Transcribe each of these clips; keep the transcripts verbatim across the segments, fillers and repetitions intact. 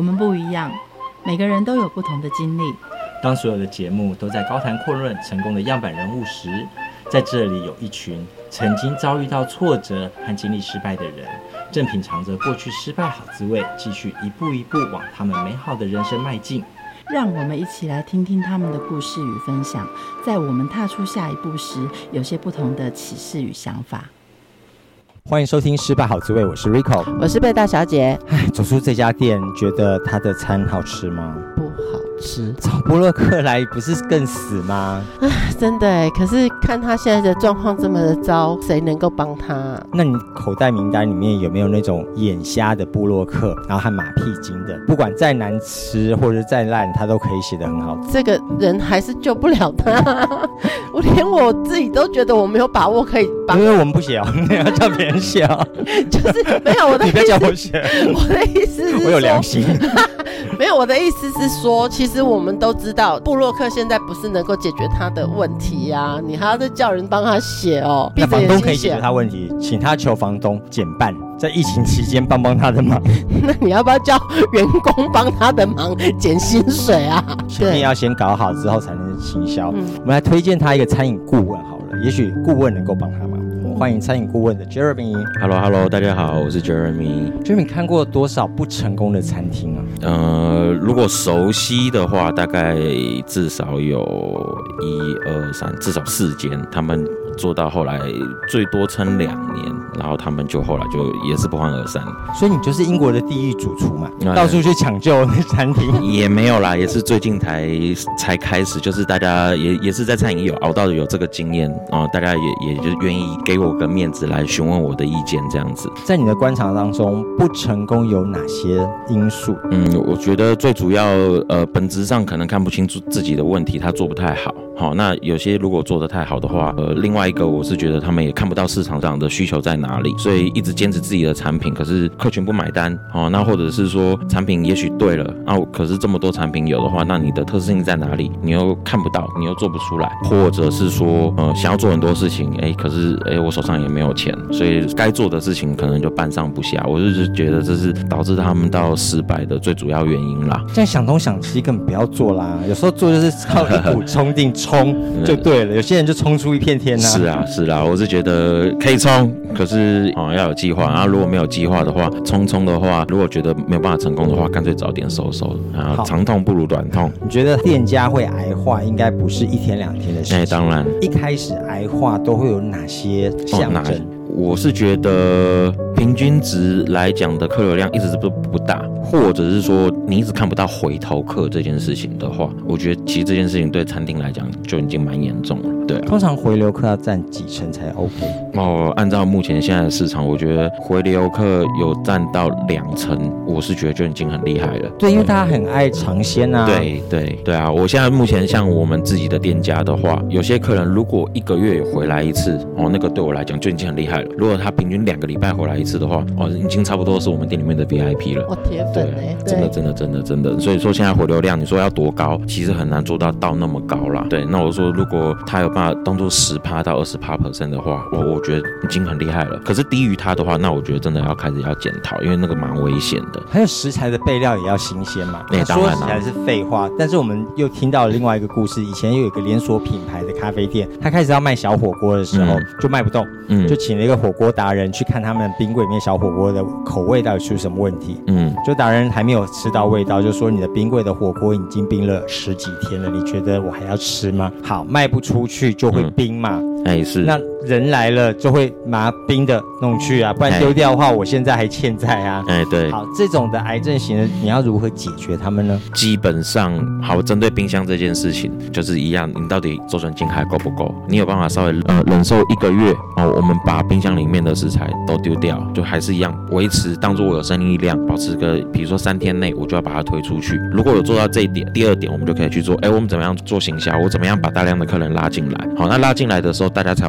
我们不一样，每个人都有不同的经历。 当所有的节目都在高谈阔论成功的样板人物时，在这里有一群曾经遭遇到挫折和经历失败的人，正品尝着过去失败好滋味，继续一步一步往他们美好的人生迈进。 让我们一起来听听他们的故事与分享，在我们踏出下一步时，有些不同的启示与想法。 欢迎收听失败好滋味，我是 Rico， 我是贝大小姐。 唉，走出这家店，觉得他的餐好吃吗？ 不好吃。 找部落客来不是更死吗？ 唉，真的耶，可是看他现在的状况这么的糟，谁能够帮他？ 那你口袋名单里面有没有那种眼瞎的部落客，然后和马屁精的，不管再难吃或者再烂，他都可以写得很好？ 这个人还是救不了他。我连我自己都觉得我没有把握可以帮， 因为我们不写哦，你要叫别人写哦。 就是没有我的意思， 你不要叫我写。 我的意思是说， 我有良心。 没有，我的意思是说，其实我们都知道，部落客现在不是能够解决他的问题呀、啊，你还要再叫人帮他写哦。 那房东可以解决他问题，请他求房东减半，在疫情期间帮帮他的忙。 那你要不要叫员工帮他的忙减薪水啊？ 前面要先搞好之后才能行销、嗯。我们来推荐他一个餐饮顾问好了，也许顾问能够帮他忙。我们欢迎餐饮顾问的 Jeremy。Hello Hello， 大家好，我是 Jeremy。Jeremy 看过多少不成功的餐厅啊？ 呃，如果熟悉的话，大概至少有一二三，至少四间，他们做到后来最多撑两年，然后他们就后来就也是不欢而散。 所以你就是英国的地狱主厨嘛，嗯、到处去抢救那餐厅。 也没有啦，也是最近才才开始，就是大家也也是在餐饮有熬到有这个经验啊、呃，大家也也就愿意给我个面子来询问我的意见这样子。 在你的观察当中，不成功有哪些因素？ 嗯，我觉得最主要呃本质上可能看不清楚自己的问题，他做不太好。好，那有些如果做得太好的话，呃，另外一个我是觉得他们也看不到市场上的需求在哪里，所以一直坚持自己的产品，可是客群不买单。好，那或者是说产品也许对了，啊，可是这么多产品有的话，那你的特色性在哪里？你又看不到，你又做不出来，或者是说，呃，想要做很多事情，哎，可是哎，我手上也没有钱，所以该做的事情可能就半上不下。我就是觉得这是导致他们到失败的最主要原因啦。 这样想东想西，根本不要做啦。有时候做就是靠一股冲劲冲就对了，有些人就冲出一片天啊。 是啊，是啊，我是觉得可以冲，可是哦要有计划。然后如果没有计划的话，冲冲的话，如果觉得没有办法成功的话，干脆早点收收。然后长痛不如短痛。 你觉得店家会癌化，应该不是一天两天的事情？ 哎，当然。 一开始癌化都会有哪些象征？哦， 我是觉得平均值来讲的客流量一直都不大，或者是说你一直看不到回头客这件事情的话，我觉得其实这件事情对餐厅来讲就已经蛮严重了。对啊， 通常回流客要占几成才 OK？ 哦，按照目前现在的市场，我觉得回流客有占到两成，我是觉得就已经很厉害了。 对，因为大家很爱尝鲜啊。 对对对啊，我现在目前像我们自己的店家的话，有些客人如果一个月回来一次，哦，那个对我来讲就已经很厉害了。如果他平均两个礼拜回来一次的话，哦，已经差不多是我们店里面的 V I P 了。 我铁粉哎， 真的真的真的真的。所以说现在回流量，你说要多高，其实很难做到到那么高啦。对，那我说如果他有办法当做十趴到二十趴 percent 的话，我我觉得已经很厉害了。可是低于他的话，那我觉得真的要开始要检讨，因为那个蛮危险的。 还有食材的备料也要新鲜嘛。 哎、欸，当然啦、啊。 说起来是废话，但是我们又听到了另外一个故事。以前又有一个连锁品牌的咖啡店，他开始要卖小火锅的时候、嗯、就卖不动，嗯，就请了一个火锅达人去看他们冰柜里面小火锅的口味到底出什么问题。嗯，就达人还没有吃到味道，就说你的冰柜的火锅已经冰了十几天了，你觉得我还要吃吗？好，卖不出去就会冰嘛。 哎、嗯欸，是。 那人来了就会拿冰的弄去啊，不然丢掉的话，我现在还欠债啊。 哎、欸，对。 好，这种的癌症型的，你要如何解决他们呢？ 基本上，好，针对冰箱这件事情，就是一样，你到底周转金还够不够？你有办法稍微呃忍受一个月哦，我们把冰箱里面的食材都丢掉，就还是一样维持，当作我有生意量，保持个比如说三天内我就要把它推出去。如果有做到这一点，第二点我们就可以去做，哎，我们怎么样做行销？我怎么样把大量的客人拉进来？好，那拉进来的时候，大家才有办法把它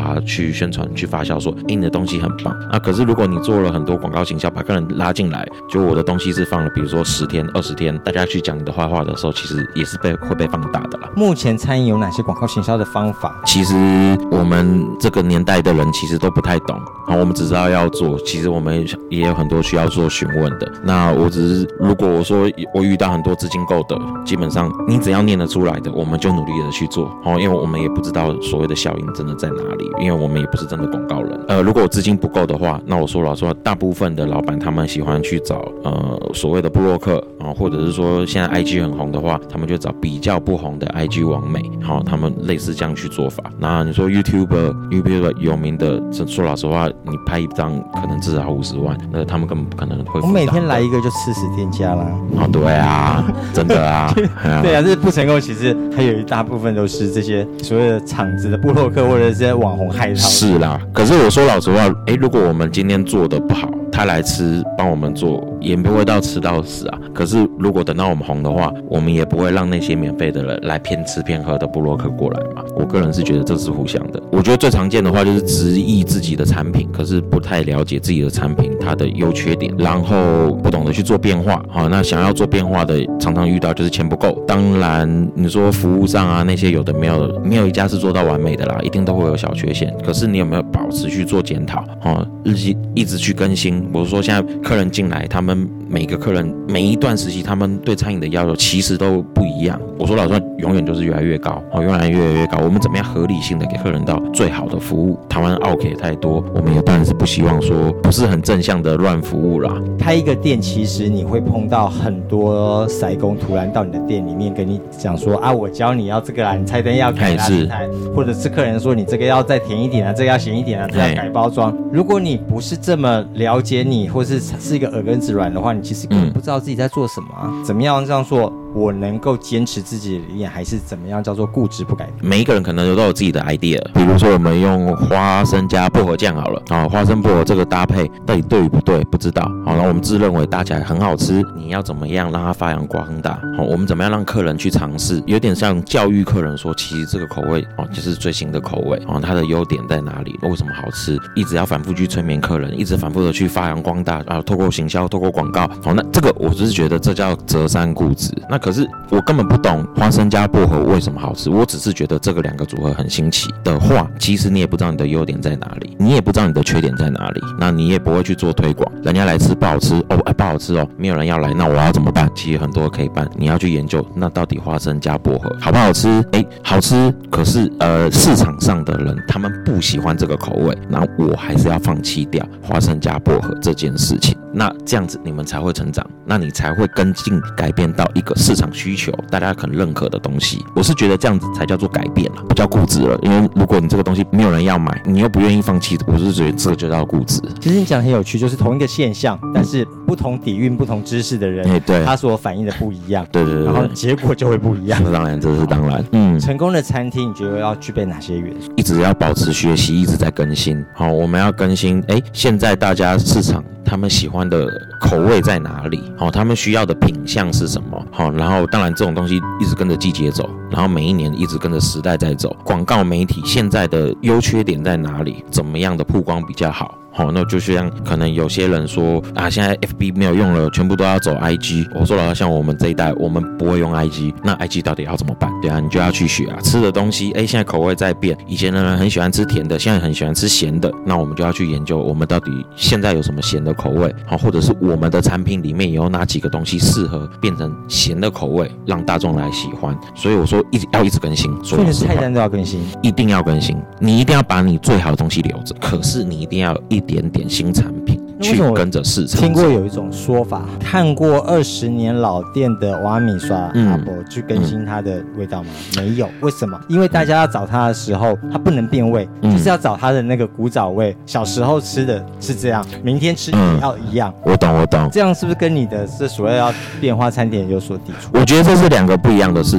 把它去宣传、去发酵，说，哎，你的东西很棒啊。可是如果你做了很多广告行销，把客人拉进来，就我的东西是放了，比如说十天、二十天，大家去讲你的坏话的时候，其实也是被会被放大的啦。 目前餐饮有哪些广告行销的方法？ 其实我们这个年代的人其实都不太懂，啊，我们只知道要做，其实我们也有很多需要做询问的。那我只是，如果我说我遇到很多资金够的，基本上你只要念得出来的，我们就努力的去做，哦，因为我们也不知道所谓的效应真的在哪里，因为我们也不是真的广告人。呃，如果我资金不够的话，那我说老实话，大部分的老板他们喜欢去找呃所谓的部落客啊，或者是说现在 I G 很红的话，他们就找比较不红的 I G 网美，好，他们类似这样去做法。那你说 YouTuber YouTuber 有名的，说老实话，你拍一张可能至少五十万，那他们根本不可能会。 我每天来一个就吃十天假啦。 哦，对啊，真的啊。 对啊，这不成功，其实还有一大部分都是这些所谓的厂子的部落客或者这些网红害他。 是啦，可是我说老实话，哎，如果我们今天做的不好，他来吃帮我们做，也不会到吃到死啊。可是如果等到我们红的话，我们也不会让那些免费的人来骗吃骗喝的部落客过来嘛。我个人是觉得这是互相的。我觉得最常见的话就是质疑自己的产品，可是不太了解自己的产品它的优缺点，然后不懂得去做变化。好，那想要做变化的，常常遇到就是钱不够。当然你说服务上啊那些有的没有的，没有一家是做到完美的啦，一定都会有小缺陷。可是你有没有保持去做检讨？哦，日期一直去更新。比如说现在客人进来，他们每个客人每一段时期，他们对餐饮的要求其实都不一样。我说老实话，永远就是越来越高，哦，越来越来越高。我们怎么样合理性的给客人到最好的服务？台湾奥 K 太多，我们也当然是不希望说不是很正向的乱服务啦。 开一个店，其实你会碰到很多塞工突然到你的店里面跟你讲说啊，我教你要这个啦，你菜单要改啦，或者是客人说你这个要再甜一点啊，这个要咸一点啊，这个要改包装。如果你不是这么了解你，或是是一个耳根子软的话，你其实根本不知道自己在做什么啊。嗯、怎么样这样做，我能够坚持自己的理念，还是怎么样叫做固执不改变？ 每一个人可能都有自己的 idea， 比如说我们用花生加薄荷酱好了，啊，花生薄荷这个搭配到底对与不对不知道，好，然后我们自认为搭起来很好吃，你要怎么样让它发扬光大？好，我们怎么样让客人去尝试？有点像教育客人说，其实这个口味哦就是最新的口味，哦，它的优点在哪里？为什么好吃？一直要反复去催眠客人，一直反复的去发扬光大啊，透过行销，透过广告，好，那这个我只是觉得这叫择善固执。那可是我根本不懂花生加薄荷为什么好吃，我只是觉得这个两个组合很新奇的话，其实你也不知道你的优点在哪里，你也不知道你的缺点在哪里，那你也不会去做推广。人家来吃不好吃哦，哎不好吃哦，没有人要来，那我要怎么办？其实很多可以办，你要去研究，那到底花生加薄荷好不好吃？哎，好吃，可是呃市场上的人他们不喜欢这个口味，那我还是要放弃掉花生加薄荷这件事情。那这样子你们才会成长，那你才会跟进改变到一个市场需求大家很认可的东西。我是觉得这样子才叫做改变了，不叫固执了。因为如果你这个东西没有人要买，你又不愿意放弃，我是觉得这个就叫固执。 其实你讲得很有趣，就是同一个现象，但是不同底蕴、不同知识的人，欸、对他所反映的不一样， 对对 对, 对， 然后结果就会不一样。 那当然，这是当然。嗯， 成功的餐厅，你觉得要具备哪些元素？ 一直要保持学习，一直在更新。好，我们要更新。哎，现在大家市场他们喜欢的口味在哪里？好，他们需要的品项是什么？好，然后当然这种东西一直跟着季节走，然后每一年一直跟着时代在走。广告媒体现在的优缺点在哪里？怎么样的曝光比较好？好，那就像可能有些人说啊，现在 F B 没有用了，全部都要走 I G。我说了，像我们这一代，我们不会用 I G， 那 I G 到底要怎么办？对啊，你就要去学啊。吃的东西，哎，现在口味在变，以前的人很喜欢吃甜的，现在很喜欢吃咸的，那我们就要去研究，我们到底现在有什么咸的口味，好，或者是我们的产品里面有哪几个东西适合变成咸的口味，让大众来喜欢。所以我说一直要一直更新， 所以你的菜单都要更新， 一定要更新，你一定要把你最好的东西留着，可是你一定要有一点点新产品去跟着市场。 听过有一种说法，看过二十年老店的瓦米刷阿伯去更新它的味道吗？嗯、没有，为什么？因为大家要找它的时候，它不能变味，嗯、就是要找它的那个古早味。小时候吃的是这样，明天吃也要一样。 嗯、我懂，我懂。 这样是不是跟你的这所谓要变化餐点有所抵触？ 我觉得这是两个不一样的事情。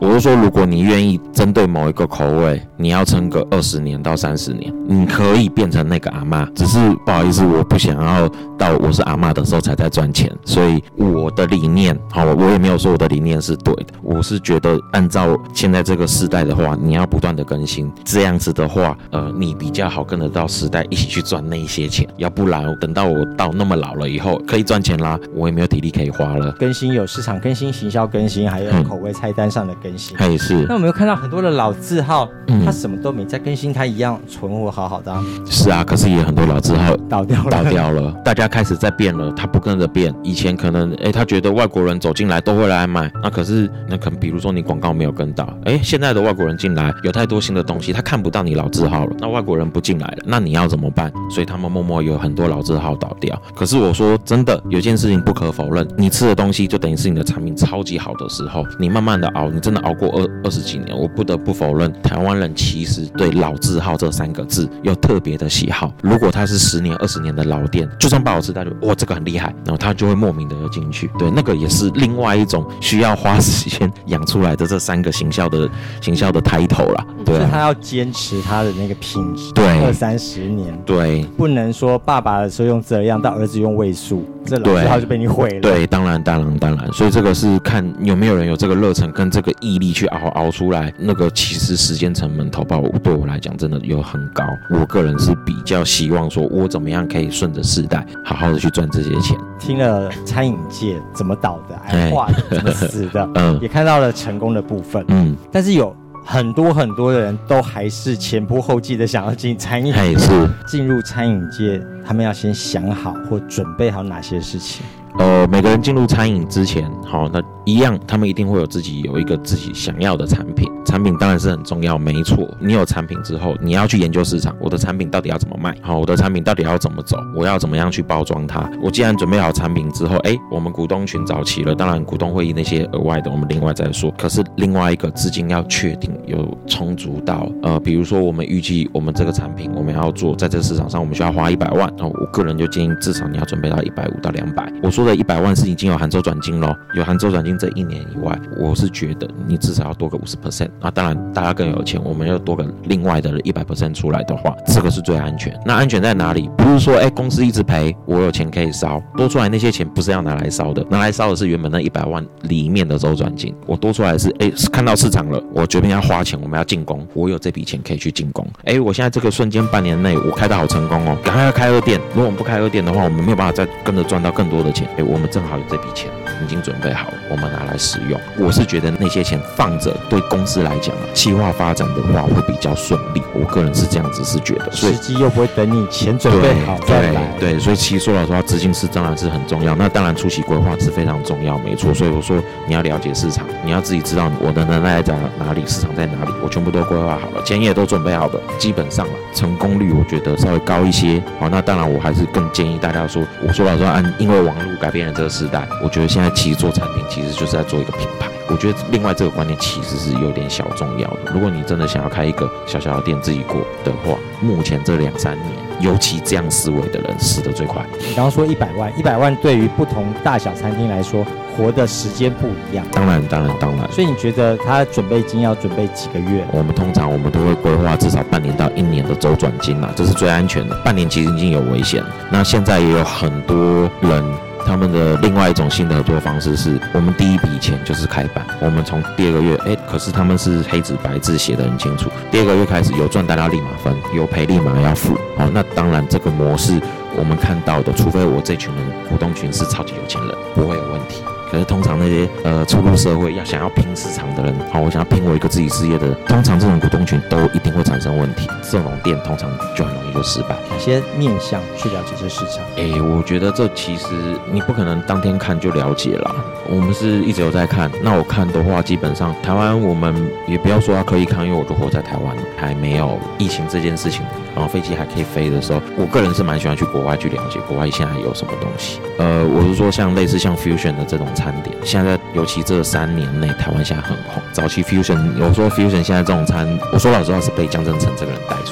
我是说，如果你愿意针对某一个口味，你要撑个二十年到三十年，你可以变成那个阿嬷。只是不好意思，我不想要到我是阿嬷的时候才在赚钱，所以我的理念，好，我也没有说我的理念是对的。我是觉得按照现在这个时代的话，你要不断的更新，这样子的话，呃，你比较好跟得到时代一起去赚那一些钱。要不然等到我到那么老了以后，可以赚钱啦，我也没有体力可以花了。 更新有市场更新、行销更新，还有口味菜单上的更新。 还、嗯、是。 那我们有看到很多的老字号，嗯、他什么都没在更新，他一样存活好好的、啊。 是啊，可是也很多老字号倒掉了， 倒掉了，大家开始在变了，他不跟着变。以前可能，哎，他觉得外国人走进来都会来买，那可是那可能比如说你广告没有跟到，哎，现在的外国人进来有太多新的东西，他看不到你老字号了，那外国人不进来了，那你要怎么办？所以他们默默有很多老字号倒掉。可是我说真的，有件事情不可否认，你吃的东西就等于是你的产品超级好的时候，你慢慢的熬，你真的熬过二二十几年，我不得不否认，台湾人其实对老字号这三个字有特别的喜好。如果他是十年、二十年的老店，就算不好吃，他就哇这个很厉害，然后他就会莫名的进去。对，那个也是另外一种需要花时间养出来的这三个行销的行销的抬头啦。对、啊， 所以他要坚持他的那个品质， 对， 二三十年， 对， 不能说爸爸的时候用这样，到儿子用位数，这老字号就被你毁了。 对，当然，当然，当然，所以这个是看有没有人有这个热忱跟这个毅力去熬熬出来。那个其实时间成本投报对我来讲真的有很高。我个人是比较希望说，我怎么样可以顺着世代，好好的去赚这些钱。 听了餐饮界怎么倒的，癌化的，怎么死的，嗯，也看到了成功的部分，嗯，但是有很多很多的人都还是前仆后继的想要进餐饮业，是进入餐饮界，他们要先想好或准备好哪些事情？ 呃，每个人进入餐饮之前，好，那一样，他们一定会有自己有一个自己想要的产品。产品当然是很重要，没错。你有产品之后，你要去研究市场，我的产品到底要怎么卖？好，我的产品到底要怎么走？我要怎么样去包装它？我既然准备好产品之后，哎，我们股东群找齐了，当然股东会议那些额外的，我们另外再说。可是另外一个资金要确定有充足到，呃，比如说我们预计我们这个产品我们要做，在这个市场上我们需要花一百万，哦，我个人就建议至少你要准备到一百五到两百。我说的一百万是已经有含周转金咯，有含周转金这一年以外，我是觉得你至少要多个 百分之五十。那当然大家更有钱，我们要多个另外的 百分之百 出来的话，这个是最安全。那安全在哪里？不是说哎公司一直赔，我有钱可以烧，多出来那些钱不是要拿来烧的，拿来烧的是原本那一百万里面的周转金。我多出来的是哎看到市场了，我决定要花钱，我们要进攻，我有这笔钱可以去进攻。哎，我现在这个瞬间半年内我开得好成功哦，赶快要开二店。如果我们不开二店的话，我们没有办法再跟着赚到更多的钱。哎，我们正好有这笔钱已经准备好了，我们拿来使用。我是觉得那些钱放着对公司来讲，企划发展的话会比较顺利。我个人是这样子是觉得， 时机又不会等你钱准备好再来。 对，对，所以其实说老实话，执行师当然是很重要。那当然初期规划是非常重要，没错。所以我说你要了解市场，你要自己知道我的能耐在哪里，市场在哪里，我全部都规划好了，钱也都准备好了，基本上成功率我觉得稍微高一些。好，那当然我还是更建议大家说，我说老实话，按因为网络改变了这个时代，我觉得现在其实做产品其实就是在做一个品牌。我觉得另外这个观念其实是有点小重要的。如果你真的想要开一个小小的店自己过的话，目前这两三年，尤其这样思维的人死得最快。 你刚刚说一百万，一百万对于不同大小餐厅来说，活的时间不一样。 当然，当然，当然。 所以你觉得他准备金要准备几个月？ 我们通常我们都会规划至少半年到一年的周转金啦，这是最安全的。半年其实已经有危险了。那现在也有很多人。他们的另外一种新的合作方式是，我们第一笔钱就是开板，我们从第二个月，哎，可是他们是黑纸白字写得很清楚，第二个月开始有赚大家立马分，有赔立马要付。好，那当然这个模式我们看到的，除非我这群人股东群是超级有钱人，不会有问题。可是通常那些呃初入社会要想要拼市场的人，好，我想要拼我一个自己事业的人，通常这种股东群都一定会产生问题，这种店通常就很容易就失败。 哪些面向去了解这市场？ 哎，我觉得这其实你不可能当天看就了解啦。我们是一直有在看，那我看的话，基本上台湾我们也不要说要刻意看，因为我就活在台湾了，还没有疫情这件事情，然后飞机还可以飞的时候，我个人是蛮喜欢去国外去了解国外现在有什么东西。呃，我是说像类似像 Fusion 的这种餐点，现在尤其这三年内台湾现在很红。早期 Fusion， 我说 Fusion 现在这种餐，我说老实话是被江振诚这个人带出来。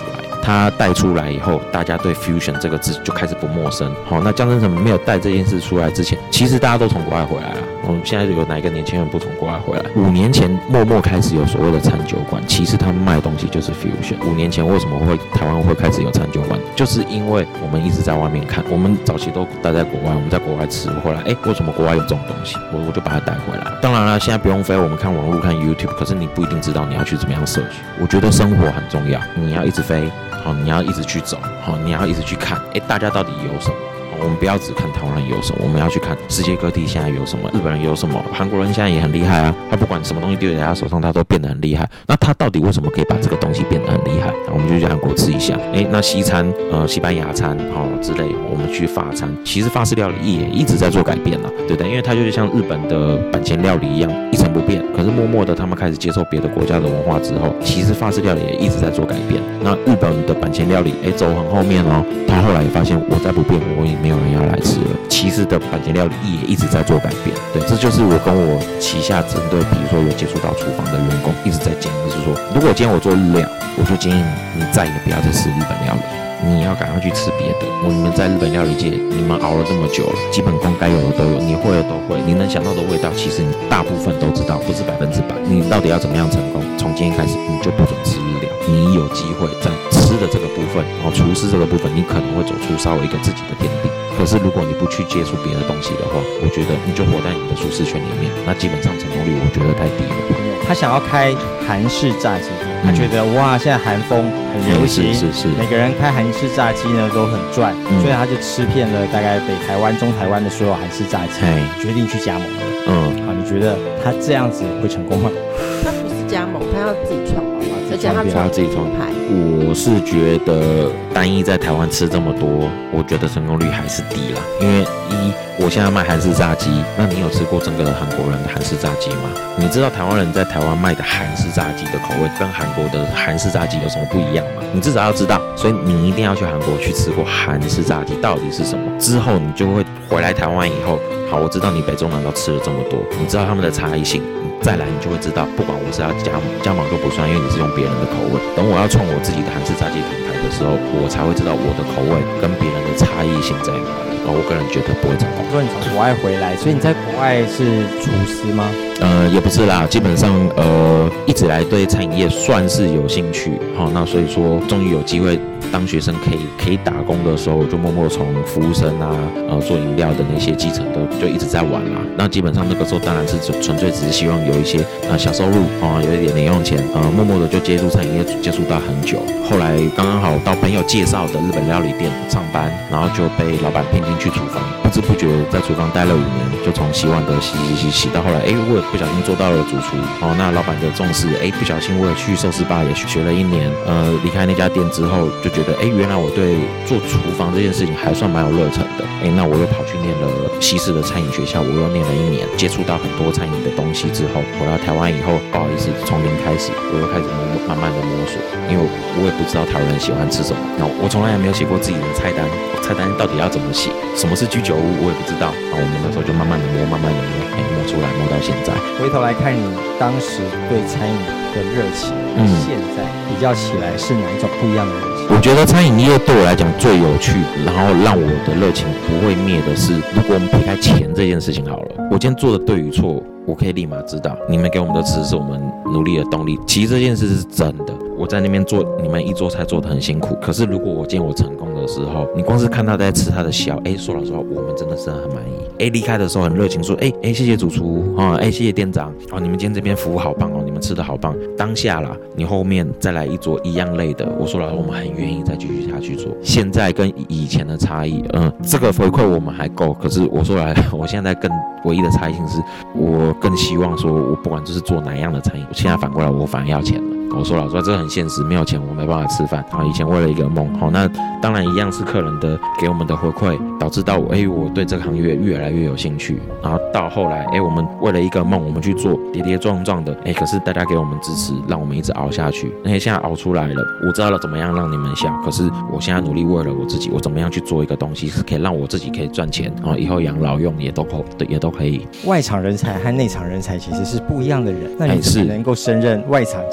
他带出来以后，大家对 fusion 这个字就开始不陌生。好，那江振诚没有带这件事出来之前，其实大家都从国外回来了。我们现在有哪一个年轻人不从国外回来？五年前默默开始有所谓的餐酒馆，其实他们卖的东西就是 fusion。五年前为什么会台湾会开始有餐酒馆？就是因为我们一直在外面看，我们早期都待在国外，我们在国外吃回来，哎，为什么国外有这种东西？我我就把它带回来。当然了，现在不用飞，我们看网络看 YouTube， 可是你不一定知道你要去怎么样摄取。我觉得生活很重要，你要一直飞，好，你要一直去走，好，你要一直去看，哎，大家到底有什么？我们不要只看台湾人有什么，我们要去看世界各地现在有什么，日本人有什么，韩国人现在也很厉害啊，他不管什么东西丢在他手上，他都变得很厉害。那他到底为什么可以把这个东西变得很厉害？我们就去韩国吃一下，哎，那西餐，呃，西班牙餐，哦之类，我们去法餐，其实法式料理也一直在做改变了，对不对？因为它就是像日本的板前料理一样，一成不变。可是默默的他们开始接受别的国家的文化之后，其实法式料理也一直在做改变。那日本的板前料理，哎，走很后面哦，他后来也发现，我再不变，我也没有人要来吃了。其实的板前料理也一直在做改变，对，这就是我跟我旗下针对，比如说有接触到厨房的员工一直在建议，就是说，如果今天我做日料，我就建议你再也不要再吃日本料理，你要赶快去吃别的。我你们在日本料理界，你们熬了这么久了，基本功该有的都有，你会的都会，你能想到的味道，其实你大部分都知道，不是百分之百。你到底要怎么样成功？从今天开始，你就不准吃日料，你有机会在吃的这个部分，然后厨师这个部分，你可能会走出稍微一个自己的天地。可是如果你不去接触别的东西的话，我觉得你就活在你的舒适圈里面，那基本上成功率我觉得太低了。 他想要开韩式炸鸡，他觉得、嗯、哇，现在韩风很流行， 是是是， 每个人开韩式炸鸡呢都很赚、嗯，所以他就吃遍了大概北台湾、中台湾的所有韩式炸鸡，决定去加盟了。嗯，好，你觉得他这样子会成功吗？ 他不是加盟，他要自己创，而且他创自己创牌。我是觉得单一在台湾吃这么多，我觉得成功率还是低啦。因为一，我现在卖韩式炸鸡，那你有吃过整个韩国人的韩式炸鸡吗？你知道台湾人在台湾卖的韩式炸鸡的口味跟韩国的韩式炸鸡有什么不一样吗？你至少要知道，所以你一定要去韩国去吃过韩式炸鸡到底是什么，之后你就会回来台湾以后，好，我知道你北中南都吃了这么多，你知道他们的差异性。再来，你就会知道，不管我是要加盟，加盟就不算，因为你是用别人的口味。等我要创我自己的韩式炸鸡品牌的时候，我才会知道我的口味跟别人的差异性在哪里。我个人觉得不会成功。 说你从国外回来，所以你在国外是厨师吗？ 呃，也不是啦，基本上呃一直来对餐饮业算是有兴趣，好、哦，那所以说终于有机会当学生可以可以打工的时候，我就默默从服务生啊，呃做饮料的那些基层的就一直在玩啦。那基本上那个时候当然是纯粹只是希望有一些呃小收入啊、哦，有一点零用钱，呃默默的就接触餐饮业接触到很久。后来刚刚好到朋友介绍的日本料理店上班，然后就被老板聘进去厨房，不知不觉在厨房待了五年，就从洗碗的洗洗洗洗到后来，哎，我也不小心做到了主厨哦。那老板的重视，哎，不小心我也去寿司吧也学了一年，呃，离开那家店之后就觉得，哎，原来我对做厨房这件事情还算蛮有热忱的，哎，那我又跑去念了西式的餐饮学校，我又念了一年，接触到很多餐饮的东西之后，回到台湾以后，不好意思，从零开始，我又开始摸慢慢的摸索，因为我也不知道台湾人喜欢吃什么，那我从来也没有写过自己的菜单，菜单到底要怎么写，什么是居酒屋我也不知道，那我们那时候就慢慢的摸，慢慢的摸，哎，摸出来，摸到现在。 回头来看你当时对餐饮的热情，嗯，现在比较起来是哪一种不一样的热情？ 我觉得餐饮业对我来讲最有趣，然后让我的热情不会灭的是，如果我们撇开钱这件事情好了，我今天做的对与错，我可以立马知道，你们给我们的吃是我们努力的动力。其实这件事是真的，我在那边做，你们一做菜做得很辛苦。可是如果我今天我成功的时候，你光是看他在吃他的笑，哎，说老实话，我们真的是很满意。哎，离开的时候很热情，说，哎哎，谢谢主厨啊，哎，谢谢店长啊，你们今天这边服务好棒哦，你们吃的好棒。当下啦，你后面再来一桌一样类的，我说老实话，我们很愿意再继续下去做。现在跟以前的差异，嗯，这个回馈我们还够，可是我说来，我现在更唯一的差异性是，我更希望说，我不管就是做哪样的餐饮，现在反过来我反而要钱了。我说老实话，这个很现实，没有钱我没办法吃饭。好，以前为了一个梦，好，那当然一样是客人的给我们的回馈，导致到我，哎，我对这个行业越来越有兴趣。然后到后来，哎，我们为了一个梦，我们去做跌跌撞撞的，哎，可是大家给我们支持，让我们一直熬下去。那现在熬出来了，我知道了怎么样让你们笑。可是我现在努力为了我自己，我怎么样去做一个东西，是可以让我自己可以赚钱，然后以后养老用也都可也都可以。 外场人才和内场人才其实是不一样的人，那你是能够胜任外场加内场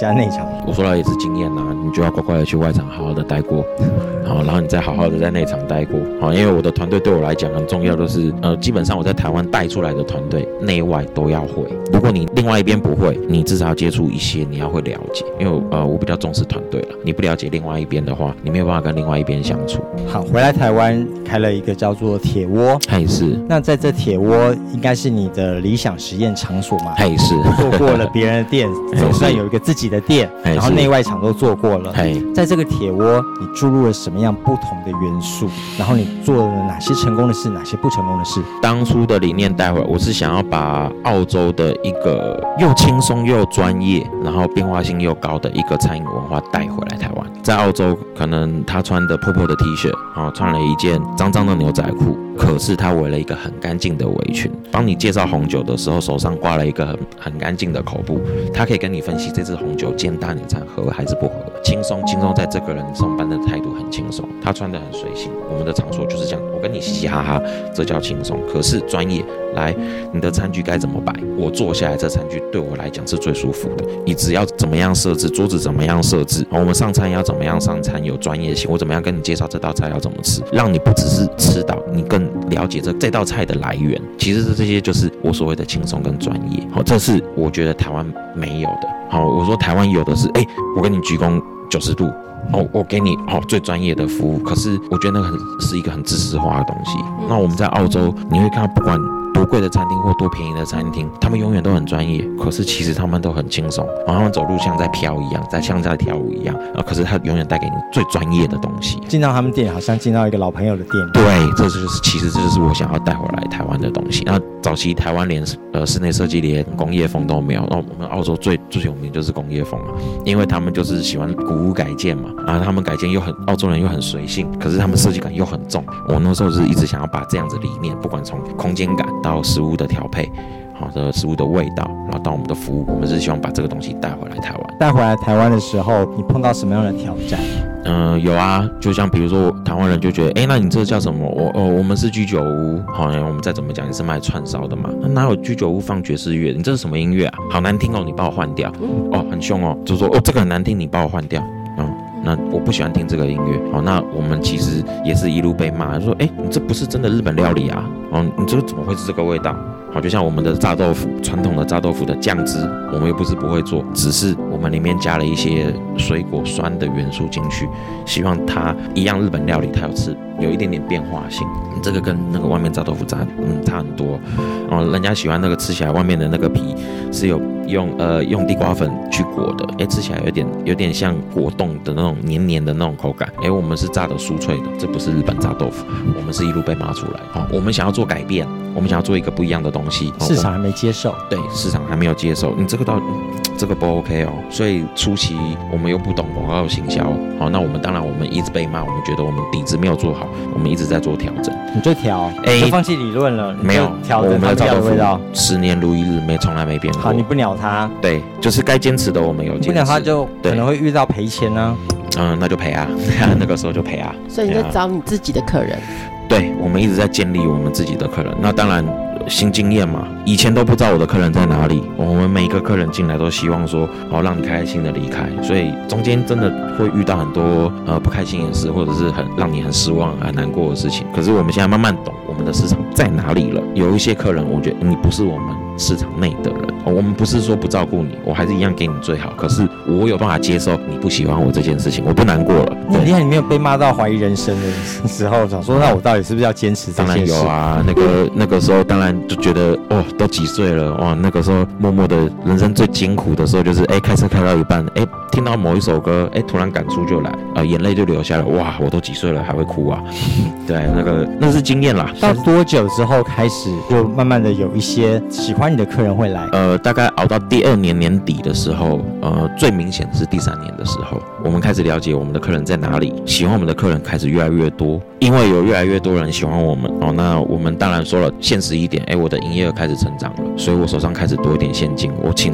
我说了也是经验啊，你就要乖乖的去外场好好的待过，然后然后你再好好的在内场待过，好，因为我的团队对我来讲很重要的是，呃，基本上我在台湾带出来的团队内外都要会。如果你另外一边不会，你至少要接触一些，你要会了解，因为呃我比较重视团队了，你不了解另外一边的话，你没有办法跟另外一边相处。 好，回来台湾开了一个叫做铁窝， 还是那在这铁窝应该是你的理想实验场所嘛？ 还是做过了别人的店，总算有一个自己的店，然后内外场都做过了。在这个铁窝，你注入了什么样不同的元素？然后你做了哪些成功的事，哪些不成功的事？ 当初的理念带回来，我是想要把澳洲的一个又轻松又专业，然后变化性又高的一个餐饮文化带回来台湾。在澳洲，可能他穿的破破的 T 恤，啊，穿了一件脏脏的牛仔裤，可是他围了一个很干净的围裙。帮你介绍红酒的时候，手上挂了一个很很干净的口布，他可以跟你分析这支红酒煎大年餐合还是不合，轻松轻松。在这个人上班的态度很轻松，他穿得很随性。我们的场所就是这样，我跟你嘻嘻哈哈，这叫轻松。可是专业，来，你的餐具该怎么摆？我坐下来，这餐具对我来讲是最舒服的。椅子要怎么样设置，桌子怎么样设置，我们上餐要怎么样上餐，有专业性。我怎么样跟你介绍这道菜要怎么吃，让你不只是吃到，你更了解这这道菜的来源。其实这些就是我所谓的轻松跟专业。好，这是我觉得台湾没有的。好，我说台湾有的是，哎、欸，我跟你鞠躬九十度。哦，我给你哦最专业的服务，可是我觉得那个很是一个很知识化的东西。那我们在澳洲，你会看到不管多贵的餐厅或多便宜的餐厅，他们永远都很专业，可是其实他们都很轻松，然后他们走路像在飘一样，在像在跳舞一样，啊，可是他永远带给你最专业的东西。 进到他们店，好像进到一个老朋友的店。 对，这就是其实这就是我想要带回来台湾的东西。那早期台湾连呃室内设计连工业风都没有，那我们澳洲最最有名就是工业风嘛，因为他们就是喜欢古屋改建嘛。啊，他们改建又很，澳洲人又很随性，可是他们设计感又很重。我那时候是一直想要把这样子理念，不管从空间感到食物的调配，好的食物的味道，然后到我们的服务，我们是希望把这个东西带回来台湾。 带回来台湾的时候，你碰到什么样的挑战？ 嗯、呃，有啊，就像比如说台湾人就觉得，哎，那你这个叫什么？我哦，我们是居酒屋，好，我们再怎么讲也是卖串烧的嘛，那哪有居酒屋放爵士乐？你这是什么音乐啊？好难听哦，你帮我换掉。哦，很凶哦，就说哦这个很难听，你帮我换掉。嗯。那我不喜欢听这个音乐，好，那我们其实也是一路被骂，说，哎，你这不是真的日本料理啊，哦，你这个怎么会是这个味道？好，就像我们的炸豆腐，传统的炸豆腐的酱汁，我们又不是不会做，只是我们里面加了一些水果酸的元素进去，希望它一样日本料理，它有吃有一点点变化性。这个跟那个外面炸豆腐炸，嗯，差很多。哦，人家喜欢那个吃起来外面的那个皮是有用呃用地瓜粉去裹的，哎，吃起来有点有点像果冻的那种黏黏的那种口感。哎，我们是炸的酥脆的，这不是日本炸豆腐，我们是一路被骂出来。好，我们想要做改变，我们想要做一个不一样的东西， 市场还没接受。 对，市场还没有接受，你这个到。这个不 OK 哦，所以初期我们又不懂广告行销，好，那我们当然我们一直被骂，我们觉得我们底子没有做好，我们一直在做调整。 你就调，哎，就放弃理论了， 没有调整它的味道， 十年如一日，没从来没变过。 好，你不鸟他， 对，就是该坚持的我们有坚持， 不鸟他就可能会遇到赔钱呢、啊。 嗯，那就赔啊，那个时候就赔啊。 所以你在找你自己的客人。 对，我们一直在建立我们自己的客人。那当然新经验嘛，以前都不知道我的客人在哪里。我们每一个客人进来都希望说，好让你开心的离开。所以中间真的会遇到很多呃不开心的事，或者是很让你很失望、很难过的事情。可是我们现在慢慢懂我们的市场在哪里了。有一些客人，我觉得你不是我们市场内的人、哦，我们不是说不照顾你，我还是一样给你最好。可是我有办法接受你不喜欢我这件事情，我不难过了。 你很厉害，你没有被骂到怀疑人生的时候，想说那我到底是不是要坚持这件事？ 当然有啊，那个那个时候当然就觉得哦，都几岁了哇，那个时候默默的人生最艰苦的时候就是哎，开车开到一半，哎，听到某一首歌，哎，突然感触就来，呃，眼泪就流下来，哇，我都几岁了还会哭啊？对，那个那是经验啦。 到多久之后开始就慢慢的有一些喜欢你的客人会来？ 呃，大概熬到第二年年底的时候，呃，最明显的是第三年的时候，我们开始了解我们的客人在哪里，喜欢我们的客人开始越来越多，因为有越来越多人喜欢我们哦，那我们当然说了现实一点，哎，我的营业额开始成长了，所以我手上开始多一点现金，我请到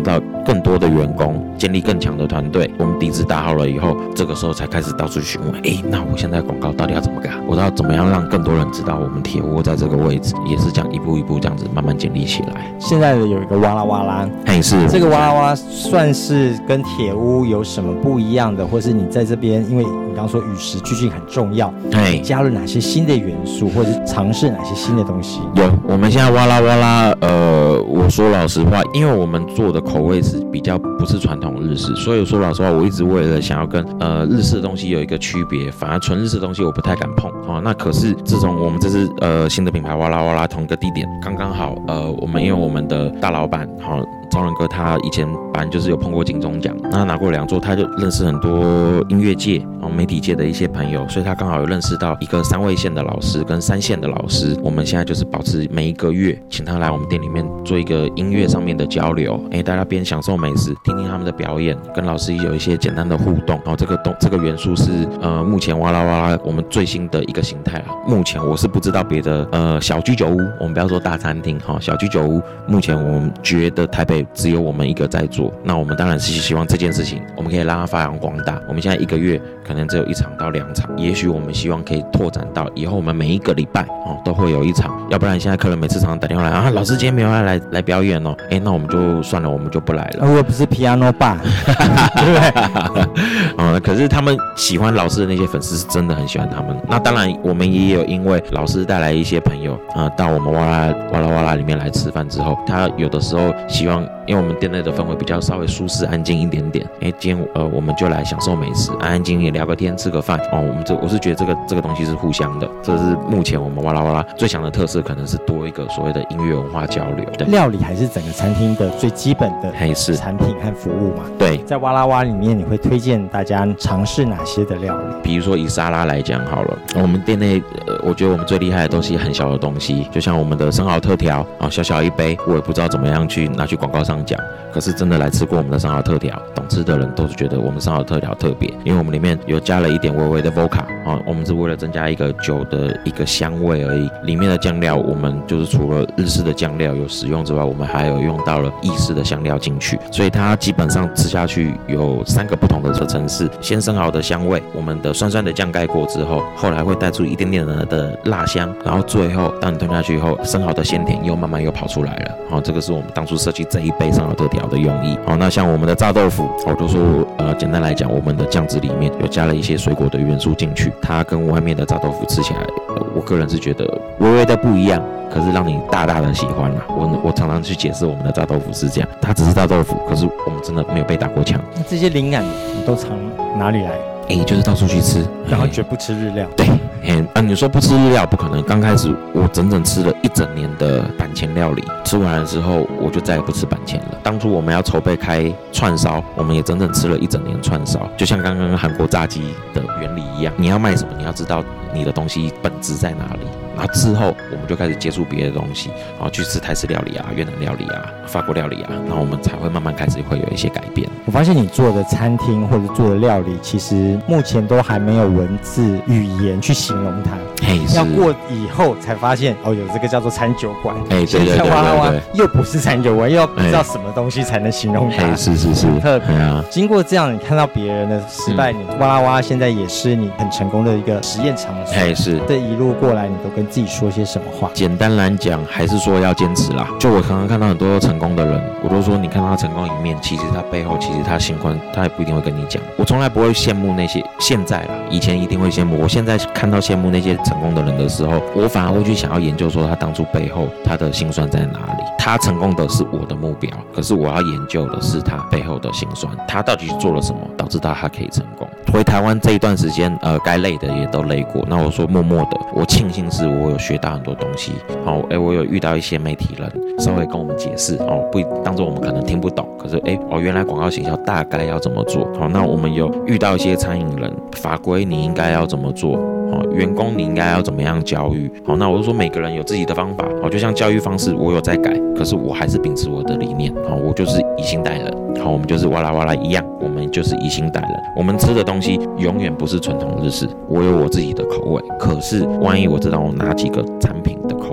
更多的员工，建立更强的团队。我们底子打好了以后，这个时候才开始到处询问，哎，那我现在广告到底要怎么改？我要怎么样让更多人知道我们铁窝在这个位置？也是这样一步一步这样子慢慢建立起来。 现在的有一个哇啦哇啦， 哎，是这个哇啦哇啦算是跟铁屋有什么不一样的，或是你在这边，因为你刚刚说与时俱进很重要，哎，加入哪些新的元素，或者是尝试哪些新的东西？ 有，我们现在哇啦哇啦，呃，我说老实话，因为我们做的口味是比较不是传统日式，所以说老实话，我一直为了想要跟呃日式的东西有一个区别，反而纯日式的东西我不太敢碰哦。那可是自从我们这次呃新的品牌哇啦哇啦同一个地点，刚刚好呃我们因为我们的大老板好。哦超人哥他以前本来就是有碰过金钟奖，那拿过两座，他就认识很多音乐界、哦媒体界的一些朋友，所以他刚好有认识到一个三位线的老师跟三线的老师。我们现在就是保持每一个月请他来我们店里面做一个音乐上面的交流，哎，大家边享受美食，听听他们的表演，跟老师有一些简单的互动。哦，这个东这个元素是呃目前哇啦哇啦我们最新的一个形态了。目前我是不知道别的呃小居酒屋，我们不要说大餐厅哈、哦，小居酒屋目前我们觉得台北只有我们一个在做，那我们当然是希望这件事情我们可以让它发扬光大。我们现在一个月可能只有一场到两场，也许我们希望可以拓展到以后我们每一个礼拜哦都会有一场，要不然现在客人每次常常打电话来啊，老师今天没有要来来表演哦，哎，那我们就算了，我们就不来了。 我不是 piano bar， 对不对？ 嗯，可是他们喜欢老师的那些粉丝是真的很喜欢他们。那当然我们也有因为老师带来一些朋友啊、呃，到我们哇啦哇啦哇啦里面来吃饭之后，他有的时候希望，因为我们店内的氛围比较稍微舒适安静一点点，哎，今天呃我们就来享受美食，安安静静聊个天，吃个饭哦。我们这我是觉得这个这个东西是互相的，这是目前我们哇啦哇啦最强的特色，可能是多一个所谓的音乐文化交流。对， 料理还是整个餐厅的最基本的产品和服务嘛。 对， 在哇啦哇里面，你会推荐大家尝试哪些的料理？ 比如说以沙拉来讲好了，我们店内呃我觉得我们最厉害的都是很小的东西，就像我们的生蚝特调啊、哦，小小一杯，我也不知道怎么样去拿去广告上讲。可是真的来吃过我们的生蚝特调，懂吃的人都是觉得我们生蚝特调特别，因为我们里面有加了一点微微的 vodka 啊、哦，我们是为了增加一个酒的一个香味而已。里面的酱料我们就是除了日式的酱料有使用之外，我们还有用到了意式的香料进去，所以它基本上吃下去有三个不同的层次。先生蚝的香味，我们的酸酸的酱盖过之后，后来会带出一点点的的辣香，然后最后当你吞下去以后，生蚝的鲜甜又慢慢又跑出来了。好、哦，这个是我们当初设计这一杯生蚝特调的用意。好，那像我们的炸豆腐，我就说，呃，简单来讲，我们的酱汁里面有加了一些水果的元素进去，它跟外面的炸豆腐吃起来，呃、我个人是觉得微微的不一样，可是让你大大的喜欢啦。我我常常去解释我们的炸豆腐是这样，它只是炸豆腐，可是我们真的没有被打过枪。 那这些灵感你都从哪里来？ 哎，就是到处去吃， 然后绝不吃日料。 对，哎，啊，你说不吃日料不可能。刚开始我整整吃了一整年的板前料理，吃完了之后我就再也不吃板前了。当初我们要筹备开串烧，我们也整整吃了一整年串烧，就像刚刚韩国炸鸡的原理一样，你要卖什么，你要知道你的东西本质在哪里。然后之后我们就开始接触别的东西，然后去吃泰式料理啊、越南料理啊、法国料理啊，然后我们才会慢慢开始会有一些改变。 我发现你做的餐厅或者做的料理，其实目前都还没有文字语言去形容它。 嘿， 要过以后才发现哦，有这个叫做餐酒馆。 哎，对对对对对， 又不是餐酒馆，又要不知道什么东西才能形容它。 哎，是是是， 特别啊。经过这样，你看到别人的失败，你哇啦哇现在也是你很成功的一个实验场所。 哎，是。 这一路过来，你都跟自己说些什么话？ 简单来讲，还是说要坚持啦。就我常常看到很多成功的人，我都说你看到他成功一面，其实他背后，其实他辛苦，他也不一定会跟你讲。我从来不会羡慕那些现在啦，以前一定会羡慕。我现在看到羡慕那些成功的人的时候，我反而会去想要研究说他当初背后他的辛酸在哪里。他成功的是我的目标，可是我要研究的是他背后的辛酸，他到底做了什么导致到他可以成功。回台湾这一段时间，呃，该累的也都累过。那我说默默的，我庆幸是我有学到很多东西。好、哦，哎，我有遇到一些媒体人，稍微跟我们解释哦，不当作我们可能听不懂，可是哎，哦，原来广告行销大概要怎么做。好、哦，那我们有遇到一些餐饮人，法规你应该要怎么做。哦，员工你应该要怎么样教育？好，那我就说每个人有自己的方法。好，就像教育方式，我有在改，可是我还是秉持我的理念。好，我就是以心待人。好，我们就是哇啦哇啦一样，我们就是以心待人。我们吃的东西永远不是传统日式，我有我自己的口味。可是万一我知道我哪几个产品的口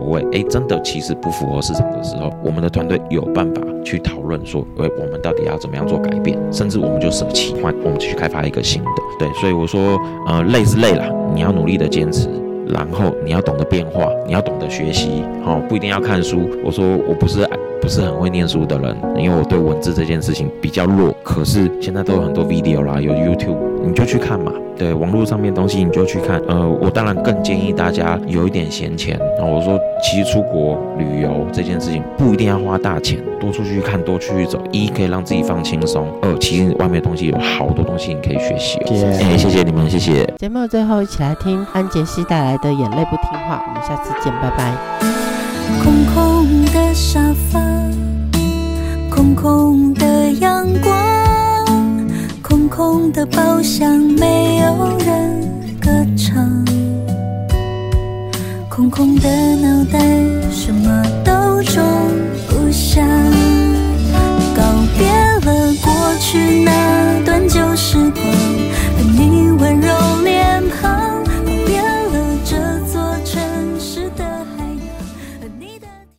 味，哎，真的其实不符合市场的时候，我们的团队有办法去讨论说，哎，我们到底要怎么样做改变，甚至我们就舍弃，换我们去开发一个新的。对，所以我说，呃，累是累啦，你要努力的坚持。然后你要懂得变化，你要懂得学习，哦，不一定要看书。我说我不是不是很会念书的人，因为我对文字这件事情比较弱。可是现在都有很多 video 啦，有 YouTube， 你就去看嘛。对，网络上面的东西你就去看。呃，我当然更建议大家有一点闲钱。然后我说，其实出国旅游这件事情不一定要花大钱，多出去看，多出去走。一可以让自己放轻松，二其实外面的东西有好多东西你可以学习。哎、yeah. 欸，谢谢你们，谢谢。 节目最后一起来听安杰希带来的《眼泪不听话》，我们下次见，拜拜。 空空的沙发，空空的阳光，空空的包厢，没有人歌唱，空空的脑袋